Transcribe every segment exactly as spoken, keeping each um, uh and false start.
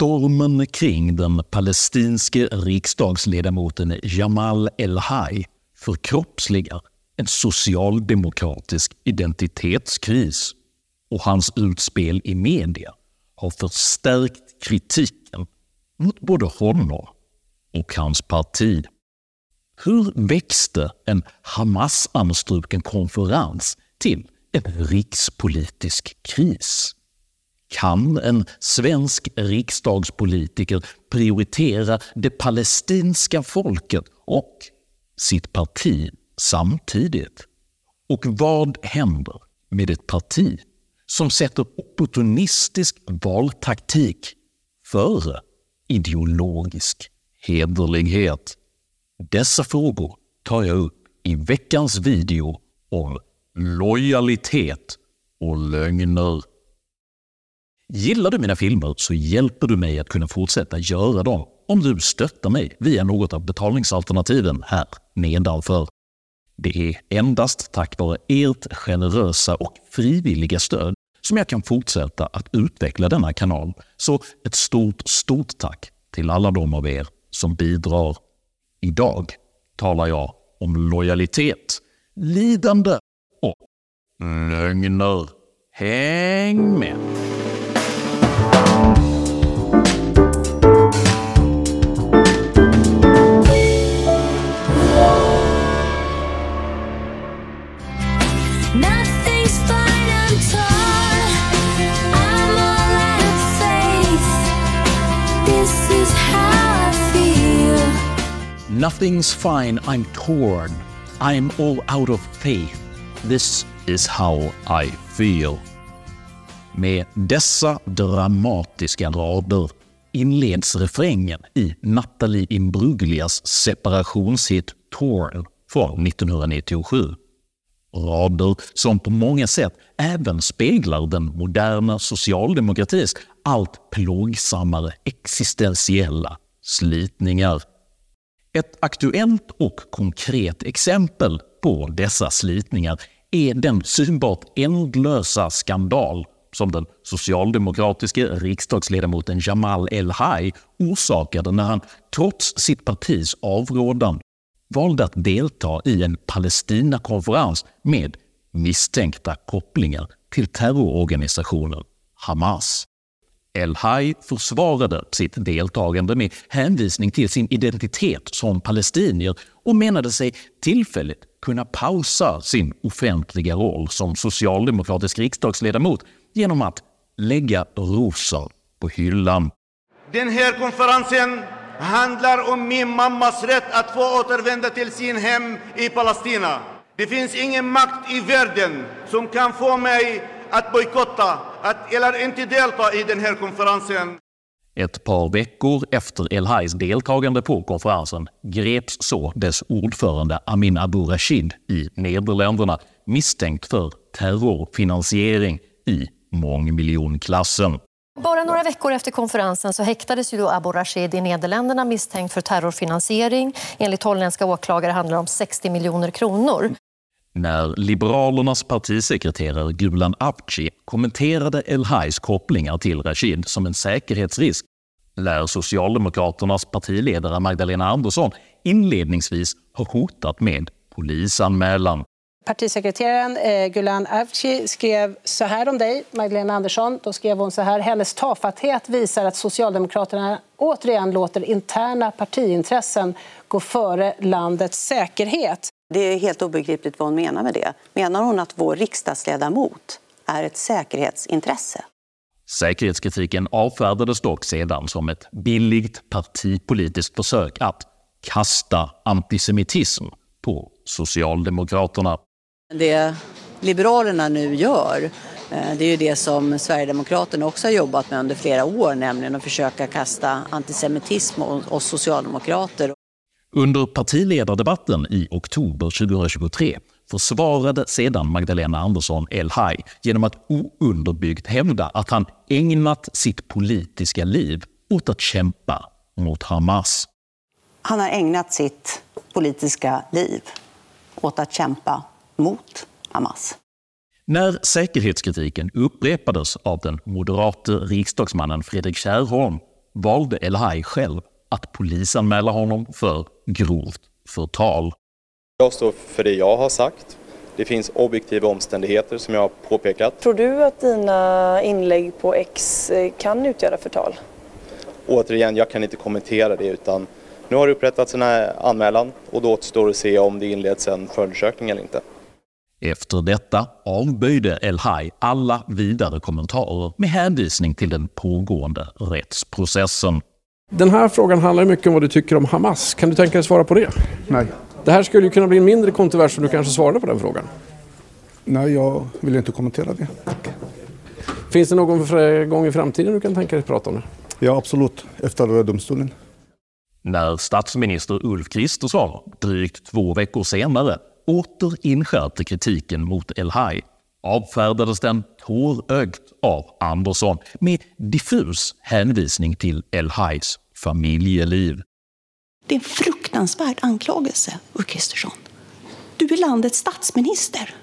Stormen kring den palestinske riksdagsledamoten Jamal El-Haj förkroppsligar en socialdemokratisk identitetskris, och hans utspel i media har förstärkt kritiken mot både honom och hans parti. Hur växte en Hamas-anstruken konferens till en rikspolitisk kris? Kan en svensk riksdagspolitiker prioritera det palestinska folket och sitt parti samtidigt? Och vad händer med ett parti som sätter opportunistisk valtaktik före ideologisk hederlighet? Dessa frågor tar jag upp i veckans video om lojalitet och lögner. Gillar du mina filmer så hjälper du mig att kunna fortsätta göra dem om du stöttar mig via något av betalningsalternativen här nedanför. Det är endast tack vare ert generösa och frivilliga stöd som jag kan fortsätta att utveckla denna kanal. Så ett stort, stort tack till alla de av er som bidrar. Idag talar jag om lojalitet, lidande och lögner. Häng med! Nothing's fine, I'm torn. I'm all out of faith. This is how I feel. Med dessa dramatiska rader inleds refrängen i Natalie Imbruglias separationshit Torn från nittonhundranittiosju. Rader som på många sätt även speglar den moderna socialdemokratins allt plågsammare existentiella slitningar. Ett aktuellt och konkret exempel på dessa slitningar är den synbart ändlösa skandal som den socialdemokratiska riksdagsledamoten Jamal El-Haj orsakade när han trots sitt partis avrådan valde att delta i en Palestina-konferens med misstänkta kopplingar till terrororganisationen Hamas. El-Haj försvarade sitt deltagande med hänvisning till sin identitet som palestinier och menade sig tillfälligt kunna pausa sin offentliga roll som socialdemokratisk riksdagsledamot genom att lägga rosor på hyllan. Den här konferensen handlar om min mammas rätt att få återvända till sin hem i Palestina. Det finns ingen makt i världen som kan få mig att bojkotta att, eller inte delta i den här konferensen. Ett par veckor efter El-Hajs deltagande på konferensen greps så dess ordförande Amin Abu Rashid i Nederländerna misstänkt för terrorfinansiering i mångmiljonklassen. Bara några veckor efter konferensen så häktades ju då Abu Rashid i Nederländerna misstänkt för terrorfinansiering. Enligt holländska åklagare handlar det om sextio miljoner kronor. När Liberalernas partisekreterare Gulan Avci kommenterade El-Hajs kopplingar till Rashid som en säkerhetsrisk lär Socialdemokraternas partiledare Magdalena Andersson inledningsvis ha hotat med polisanmälan. Partisekreteraren eh, Gulan Avci skrev så här om dig, Magdalena Andersson. Då skrev hon så här: hennes tafatthet visar att Socialdemokraterna återigen låter interna partiintressen gå före landets säkerhet. Det är helt obegripligt vad hon menar med det. Menar hon att vår riksdagsledamot är ett säkerhetsintresse? Säkerhetskritiken avfärdades dock sedan som ett billigt partipolitiskt försök att kasta antisemitism på Socialdemokraterna. Det Liberalerna nu gör, det är ju det som Sverigedemokraterna också har jobbat med under flera år, nämligen att försöka kasta antisemitism hos socialdemokrater. Under partiledardebatten i oktober tjugohundratjugotre försvarade sedan Magdalena Andersson El-Haj genom att ounderbyggt hävda att han ägnat sitt politiska liv åt att kämpa mot Hamas. Han har ägnat sitt politiska liv åt att kämpa mot Hamas. När säkerhetskritiken upprepades av den moderate riksdagsmannen Fredrik Kärrholm valde El-Haj själv att polisanmäla honom för grovt förtal. Jag står för det jag har sagt. Det finns objektiva omständigheter som jag har påpekat. Tror du att dina inlägg på X kan utgöra förtal? Återigen, jag kan inte kommentera det, utan nu har det upprättats en här anmälan och då återstår att se om det inleds en förundersökning eller inte. Efter detta avböjde El-Haj alla vidare kommentarer med hänvisning till den pågående rättsprocessen. Den här frågan handlar mycket om vad du tycker om Hamas. Kan du tänka dig svara på det? Nej. Det här skulle ju kunna bli en mindre kontrovers om du kanske svarade på den frågan. Nej, jag vill inte kommentera det. Finns det någon gång i framtiden du kan tänka dig att prata om det? Ja, absolut. Efter domstolen. När statsminister Ulf Kristersson drygt två veckor senare åter inskärpte kritiken mot El-Haj avfärdades den tårögt av Andersson med diffus hänvisning till El-Hajs familjeliv. Det är en fruktansvärd anklagelse, Ulf Kristersson. Du är landets statsminister.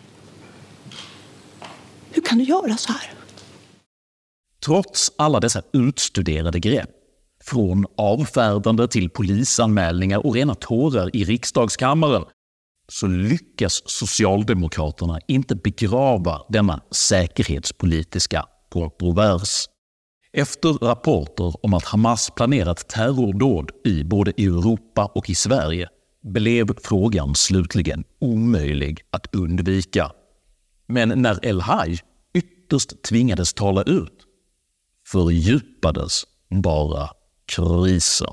Hur kan du göra så här? Trots alla dessa utstuderade grepp, från avfärdande till polisanmälningar och rena tårar i riksdagskammaren, så lyckas Socialdemokraterna inte begrava denna säkerhetspolitiska kontrovers. Efter rapporter om att Hamas planerat terrordåd i både Europa och i Sverige blev frågan slutligen omöjlig att undvika. Men när El-Haj ytterst tvingades tala ut fördjupades bara krisen.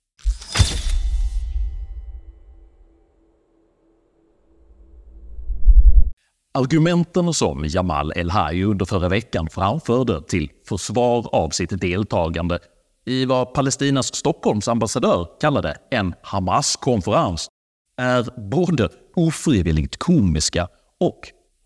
Argumenten som Jamal El-Haj under förra veckan framförde till försvar av sitt deltagande i vad Palestinas Stockholms ambassadör kallade en Hamas-konferens är både ofrivilligt komiska och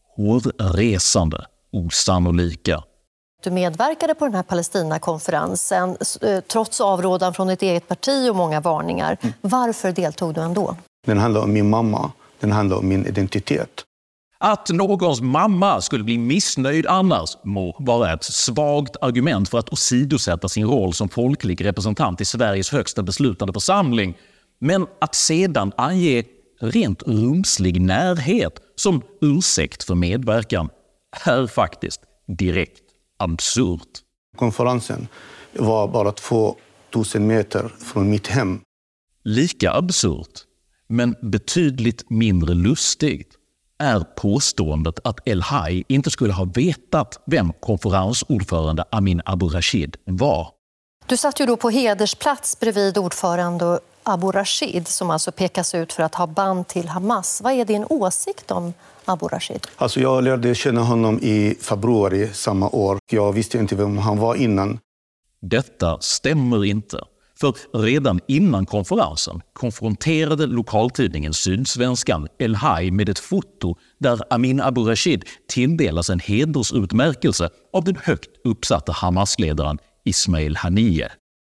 hårresande osannolika. Du medverkade på den här Palestina-konferensen trots avrådan från ditt eget parti och många varningar. Varför deltog du ändå? Den handlar om min mamma. Den handlar om min identitet. Att någons mamma skulle bli missnöjd annars må vara ett svagt argument för att åsidosätta sin roll som folklig representant i Sveriges högsta beslutande församling. Men att sedan ange rent rumslig närhet som ursäkt för medverkan är faktiskt direkt absurt. Konferensen var bara två tusen meter från mitt hem. Lika absurt, men betydligt mindre lustigt, är påståendet att El-Haj inte skulle ha vetat vem konferensordförande Amin Abu Rashid var. Du satt ju då på hedersplats bredvid ordförande Abu Rashid som alltså pekas ut för att ha band till Hamas. Vad är din åsikt om Abu Rashid? Alltså jag lärde känna honom i februari samma år. Jag visste inte vem han var innan. Detta stämmer inte. För redan innan konferensen konfronterade lokaltidningen Sydsvenskan El-Haj med ett foto där Amin Abu Rashid tilldelas en hedersutmärkelse av den högt uppsatta Hamas-ledaren Ismail Haniyeh.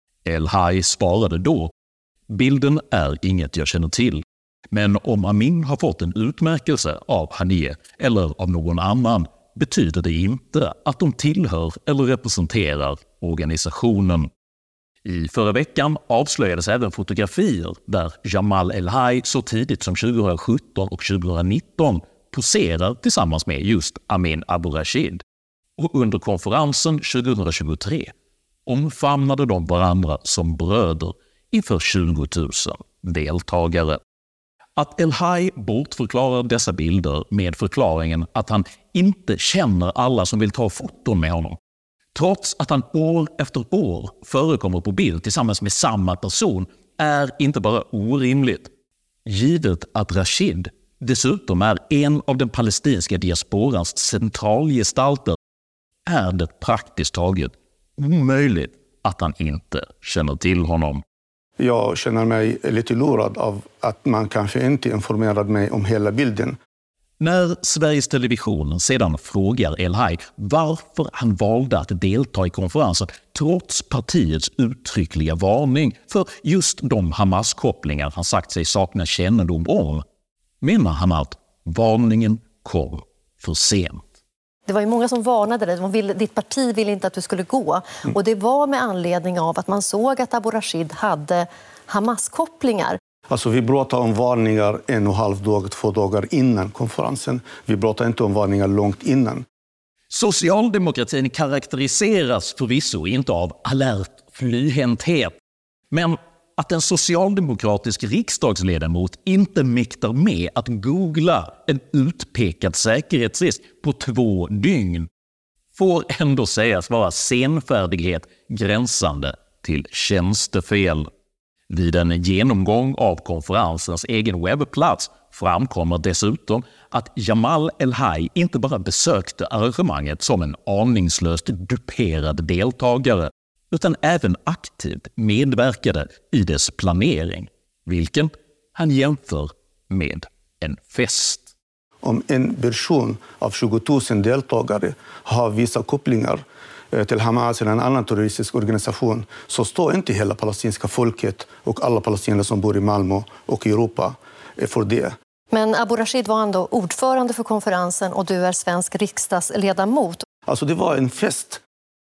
El-Haj svarade då: bilden är inget jag känner till. Men om Amin har fått en utmärkelse av Haniyeh eller av någon annan betyder det inte att de tillhör eller representerar organisationen. I förra veckan avslöjades även fotografier där Jamal El-Haj så tidigt som tjugosjutton och tjugonitton poserar tillsammans med just Amin Abu Rashid. Och under konferensen tjugohundratjugotre omfamnade de varandra som bröder inför tjugo tusen deltagare. Att El-Haj bortförklarar dessa bilder med förklaringen att han inte känner alla som vill ta foton med honom, trots att han år efter år förekommer på bild tillsammans med samma person, är inte bara orimligt. Givet att Rashid dessutom är en av den palestinska diasporans centralgestalter är det praktiskt taget omöjligt att han inte känner till honom. Jag känner mig lite lurad av att man kanske inte informerade mig om hela bilden. När Sveriges Television sedan frågar El-Haj varför han valde att delta i konferensen trots partiets uttryckliga varning för just de Hamas-kopplingar han sagt sig sakna kännedom om, menar han att varningen kom för sent. Det var ju många som varnade dig. De ville, ditt parti ville inte att du skulle gå. Mm. Och det var med anledning av att man såg att Abu Rashid hade Hamas-kopplingar. Alltså vi pratar om varningar en och en halv dag, två dagar innan konferensen. Vi pratar inte om varningar långt innan. Socialdemokratin karaktäriseras förvisso inte av alert flyhänthet. Men att en socialdemokratisk riksdagsledamot inte mäktar med att googla en utpekad säkerhetsrisk på två dygn får ändå sägas vara senfärdighet gränsande till tjänstefel. Vid en genomgång av konferensens egen webbplats framkommer dessutom att Jamal El-Haj inte bara besökte arrangemanget som en aningslöst duperad deltagare utan även aktivt medverkade i dess planering, vilken han jämför med en fest. Om en person av tjugo tusen deltagare har vissa kopplingar till Hamas eller en annan terroristisk organisation så står inte hela palestinska folket och alla palestinier som bor i Malmö och i Europa för det. Men Abu Rashid var ändå ordförande för konferensen och du är svensk riksdagsledamot. Alltså det var en fest.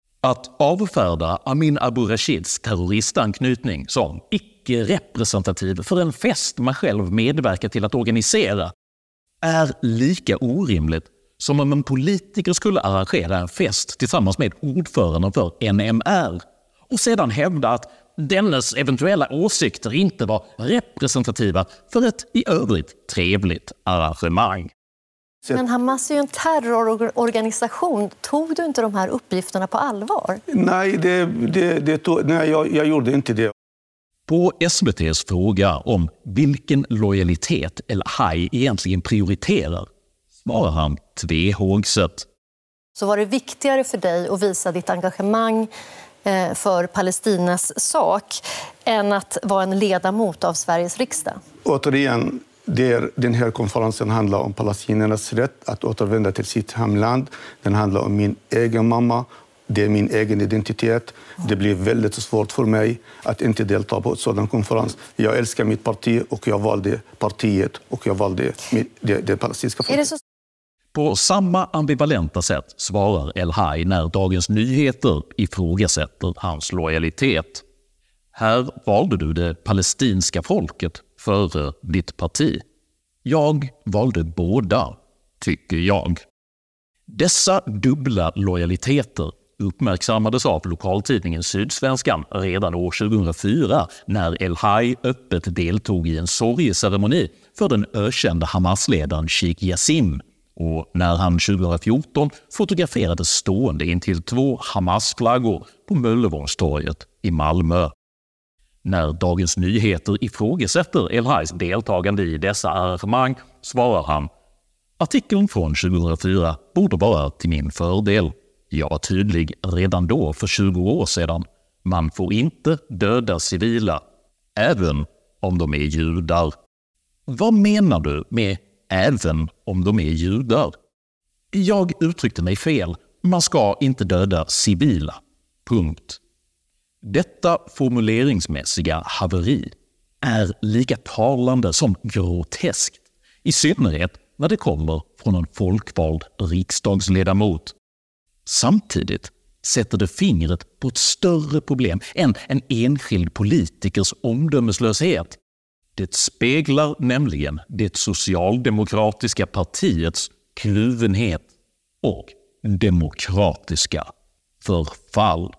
Att avfärda Amin Abu Rashids terroristanknytning som icke-representativ för en fest man själv medverkar till att organisera är lika orimligt som om en politiker skulle arrangera en fest tillsammans med ordföranden för N M R och sedan hävda att dennes eventuella åsikter inte var representativa för ett i övrigt trevligt arrangemang. Men Hamas är ju en terrororganisation. Tog du inte de här uppgifterna på allvar? Nej, det, det, det tog, nej jag, jag gjorde inte det. På S V T:s fråga om vilken lojalitet El-Haj egentligen prioriterar svarar han tvehågset. Så var det viktigare för dig att visa ditt engagemang för Palestinas sak än att vara en ledamot av Sveriges riksdag? Återigen, där den här konferensen handlar om palestiniernas rätt att återvända till sitt hemland. Den handlar om min egen mamma. Det är min egen identitet. Det blir väldigt svårt för mig att inte delta på en sådan konferens. Jag älskar mitt parti och jag valde partiet och jag valde det, det palestinska folket. Så... På samma ambivalenta sätt svarar El-Haj när Dagens Nyheter ifrågasätter hans lojalitet. Här valde du det palestinska folket före ditt parti. Jag valde båda, tycker jag. Dessa dubbla lojaliteter uppmärksammades av lokaltidningen Sydsvenskan redan år tjugohundrafyra när El-Haj öppet deltog i en sorgeceremoni för den ökända Hamas-ledaren Sheikh Yassin och när han tjugohundrafjorton fotograferades stående intill två Hamas-flaggor på Möllevångstorget i Malmö. När Dagens Nyheter ifrågasätter El-Hajs deltagande i dessa arrangemang svarar han: artikeln från tjugohundrafyra borde vara till min fördel. Jag var tydlig redan då för tjugo år sedan. Man får inte döda civila, även om de är judar. Vad menar du med även om de är judar? Jag uttryckte mig fel. Man ska inte döda civila. Punkt. Detta formuleringsmässiga haveri är lika talande som groteskt, i synnerhet när det kommer från en folkvald riksdagsledamot. Samtidigt sätter det fingret på ett större problem än en enskild politikers omdömeslöshet. Det speglar nämligen det socialdemokratiska partiets kluvenhet och demokratiska förfall.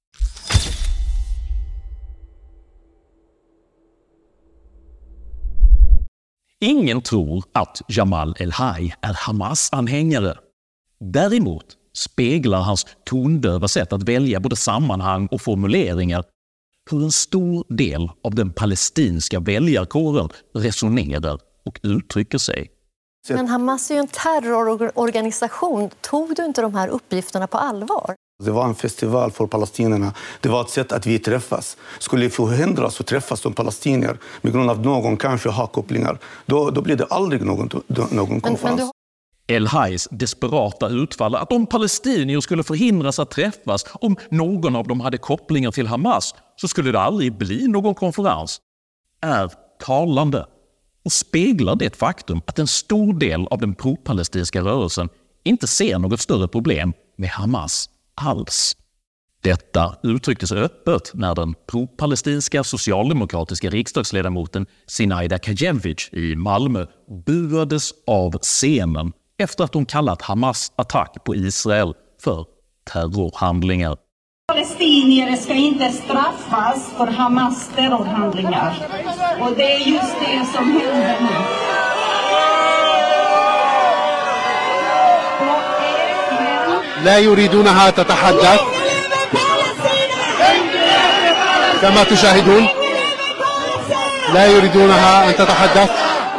Ingen tror att Jamal El-Haj är Hamas-anhängare. Däremot speglar hans tondöva sätt att välja både sammanhang och formuleringar hur en stor del av den palestinska väljarkåren resonerar och uttrycker sig. Men Hamas är ju en terrororganisation. Tog du inte de här uppgifterna på allvar? Det var en festival för palestinierna. Det var ett sätt att vi träffas. Skulle vi förhindras att träffas som palestinier med grund av att någon kanske har kopplingar, då, då blir det aldrig någon, någon konferens. Men, men du... El-Hajs desperata utfall att om palestinier skulle förhindras att träffas, om någon av dem hade kopplingar till Hamas, så skulle det aldrig bli någon konferens, är talande och speglar det faktum att en stor del av den pro-palestinska rörelsen inte ser något större problem med Hamas alls. Detta uttrycktes öppet när den pro-palestinska socialdemokratiska riksdagsledamoten Zinaida Kajevic i Malmö buades av scenen efter att hon kallat Hamas attack på Israel för terrorhandlingar. Palestinier ska inte straffas för Hamas terrorhandlingar. Och det är just det som händer nu. لا يريدونها تتحدث كما تشاهدون لا يريدونها أن تتحدث.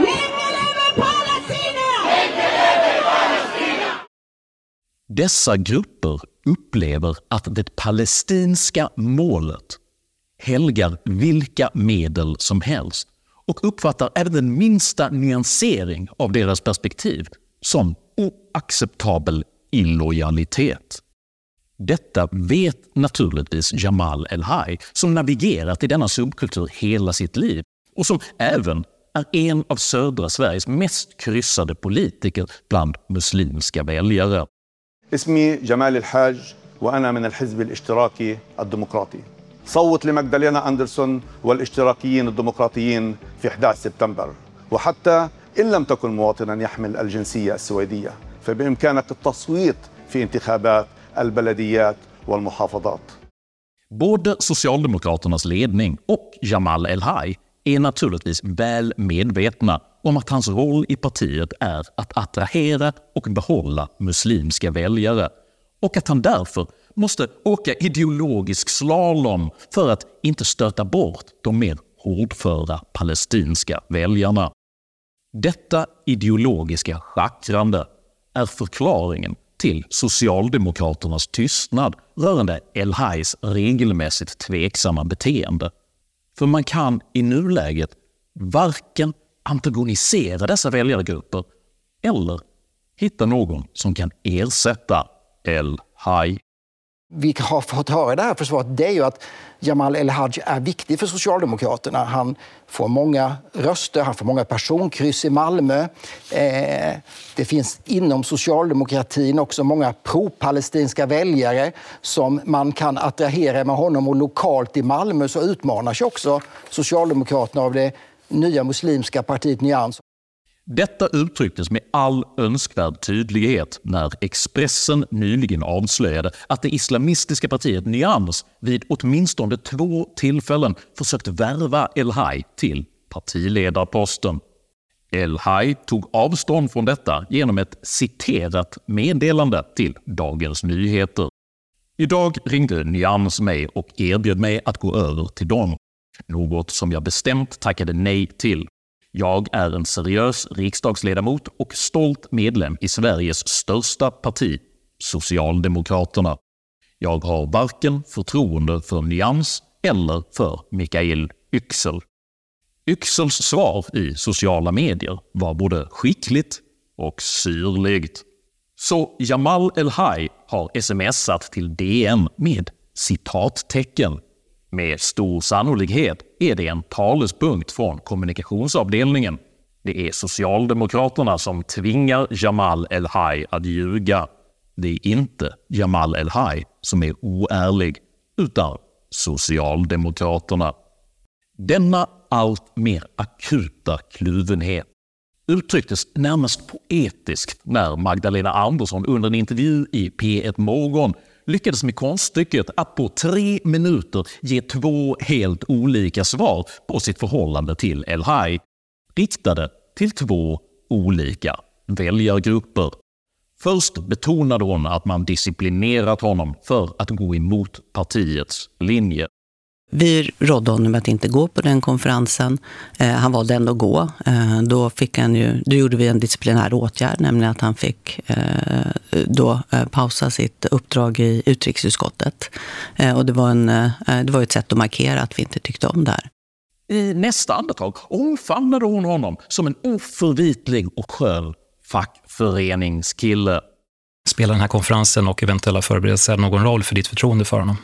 Dessa grupper upplever att det palestinska målet helgar vilka medel som helst och uppfattar även den minsta nyansering av deras perspektiv som oacceptabel illojalitet. Detta vet naturligtvis Jamal El-Haj som navigerat i denna subkultur hela sitt liv och som även är en av södra Sveriges mest kryssade politiker bland muslimska väljare. اسمي جمال الحاج وأنا من الحزب الاشتراكي الديمقراطي. صوت لمجدلينا أندرسون والاشتراكيين الديمقراطيين في أحد عشر سبتمبر وحتى إن لم تكن مواطنا يحمل الجنسية السويدية فبإمكانك التصويت في انتخابات البلديات والمحافظات. Både Socialdemokraternas ledning och Jamal El-Haj är naturligtvis väl medvetna om att hans roll i partiet är att attrahera och behålla muslimska väljare och att han därför måste åka ideologisk slalom för att inte stöta bort de mer hårdföra palestinska väljarna. Detta ideologiska schackrande är förklaringen till Socialdemokraternas tystnad rörande El-Hajs regelmässigt tveksamma beteende. För man kan i nuläget varken antagonisera dessa väljargrupper eller hitta någon som kan ersätta El-Haj. Vi har fått höra det här försvaret, det är ju att Jamal El-Haj är viktig för Socialdemokraterna. Han får många röster, han får många personkryss i Malmö. Eh, det finns inom socialdemokratin också många pro-palestinska väljare som man kan attrahera med honom. Och lokalt i Malmö så utmanas ju också Socialdemokraterna av det nya muslimska partiet Nyans. Detta uttrycktes med all önskvärd tydlighet när Expressen nyligen avslöjade att det islamistiska partiet Nyans vid åtminstone två tillfällen försökt värva El-Haj till partiledarposten. El-Haj tog avstånd från detta genom ett citerat meddelande till Dagens Nyheter. Idag ringde Nyans mig och erbjöd mig att gå över till dem. Något som jag bestämt tackade nej till. Jag är en seriös riksdagsledamot och stolt medlem i Sveriges största parti, Socialdemokraterna. Jag har varken förtroende för Nyans eller för Mikael Yüksel. Yüksels svar i sociala medier var både skickligt och syrligt. Så Jamal El-Haj har smsat till D N med citattecken. Med stor sannolikhet är det en talespunkt från kommunikationsavdelningen. Det är Socialdemokraterna som tvingar Jamal El-Haj att ljuga. Det är inte Jamal El-Haj som är oärlig, utan Socialdemokraterna. Denna allt mer akuta kluvenhet uttrycktes närmast poetiskt när Magdalena Andersson under en intervju i P ett Morgon lyckades med konststycket att på tre minuter ge två helt olika svar på sitt förhållande till El-Haj, riktade till två olika väljargrupper. Först betonade hon att man disciplinerat honom för att gå emot partiets linje. Vi rådde honom att inte gå på den konferensen. Eh, han valde ändå att gå. Eh, då, fick han ju, då gjorde vi en disciplinär åtgärd, nämligen att han fick eh, då, eh, pausa sitt uppdrag i utrikesutskottet. Eh, och det var, en, eh, det var ett sätt att markera att vi inte tyckte om det här. I nästa andetag omfamnade hon honom som en oförvitlig och skön fackföreningskille. Spelar den här konferensen och eventuella förberedelser någon roll för ditt förtroende för honom?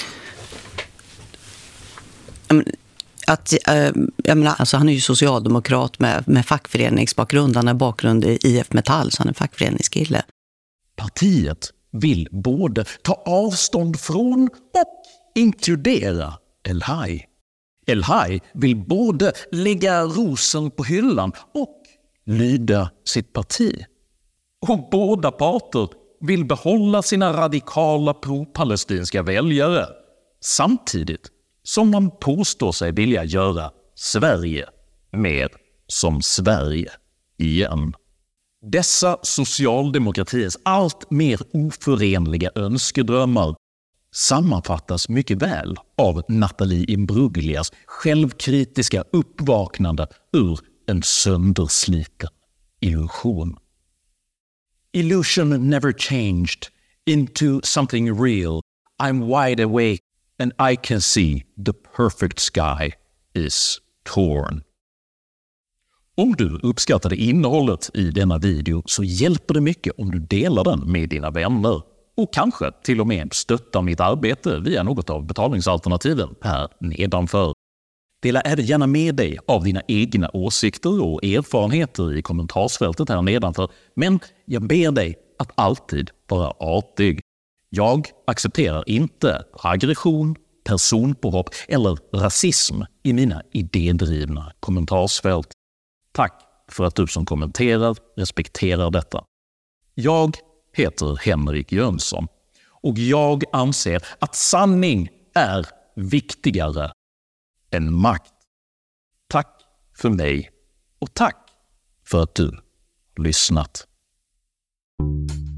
Att, äh, jag menar, alltså han är ju socialdemokrat med, med fackföreningsbakgrund. Han har bakgrund i I F Metall, så han är fackföreningskille. Partiet vill både ta avstånd från och inkludera El-Haj. El-Haj vill både lägga rosen på hyllan och lyda sitt parti. Och båda parter vill behålla sina radikala pro-palestinska väljare samtidigt som man påstår sig vilja göra Sverige mer som Sverige igen. Dessa socialdemokratiers allt mer oförenliga önskedrömmar sammanfattas mycket väl av Nathalie Imbruglias självkritiska uppvaknande ur en söndersliten illusion. Illusion never changed into something real. I'm wide awake and I can see the perfect sky is torn. Om du uppskattade innehållet i denna video så hjälper det mycket om du delar den med dina vänner och kanske till och med stöttar mitt arbete via något av betalningsalternativen här nedanför. Dela även gärna med dig av dina egna åsikter och erfarenheter i kommentarsfältet här nedanför, men jag ber dig att alltid vara artig. Jag accepterar inte aggression, personpåhopp eller rasism i mina idédrivna kommentarsfält. Tack för att du som kommenterar respekterar detta. Jag heter Henrik Jönsson och jag anser att sanning är viktigare än makt. Tack för mig och tack för att du lyssnat.